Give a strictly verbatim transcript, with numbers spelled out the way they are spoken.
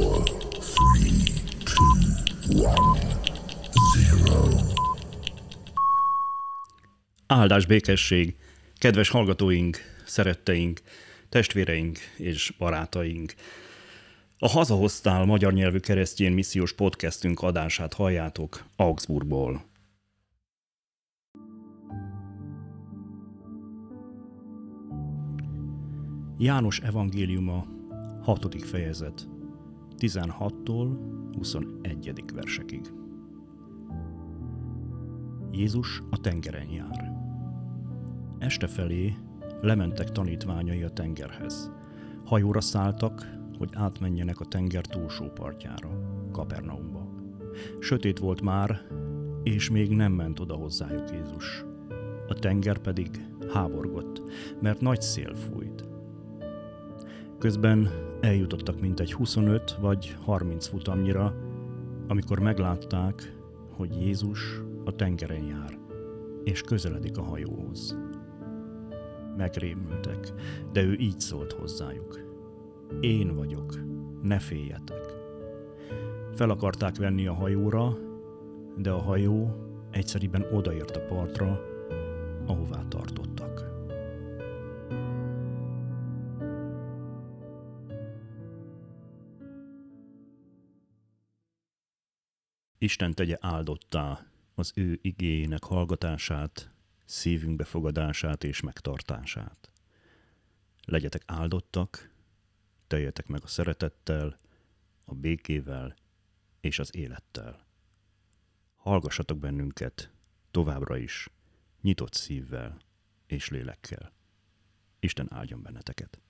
Áldás, békesség, kedves hallgatóink, szeretteink, testvéreink és barátaink! A Hazahoztál magyar nyelvű keresztény missziós podcastünk adását halljátok Augsburgból. János evangéliuma, hatodik fejezet, tizenhattól huszonegyedik versekig. Jézus a tengeren jár. Este felé lementek tanítványai a tengerhez. Hajóra szálltak, hogy átmenjenek a tenger túlsó partjára, Kapernaumba. Sötét volt már, és még nem ment oda hozzájuk Jézus. A tenger pedig háborgott, mert nagy szél fújt. Közben eljutottak mintegy huszonöt vagy harminc futamnyira, amikor meglátták, hogy Jézus a tengeren jár, és közeledik a hajóhoz. Megrémültek, de ő így szólt hozzájuk: Én vagyok, ne féljetek. Fel akarták venni a hajóra, de a hajó egyszeriben odaért a partra, ahová tartottak. Isten tegye áldottá az ő igéjének hallgatását, szívünk befogadását és megtartását. Legyetek áldottak, teljetek meg a szeretettel, a békével és az élettel. Hallgassatok bennünket továbbra is, nyitott szívvel és lélekkel. Isten áldjon benneteket!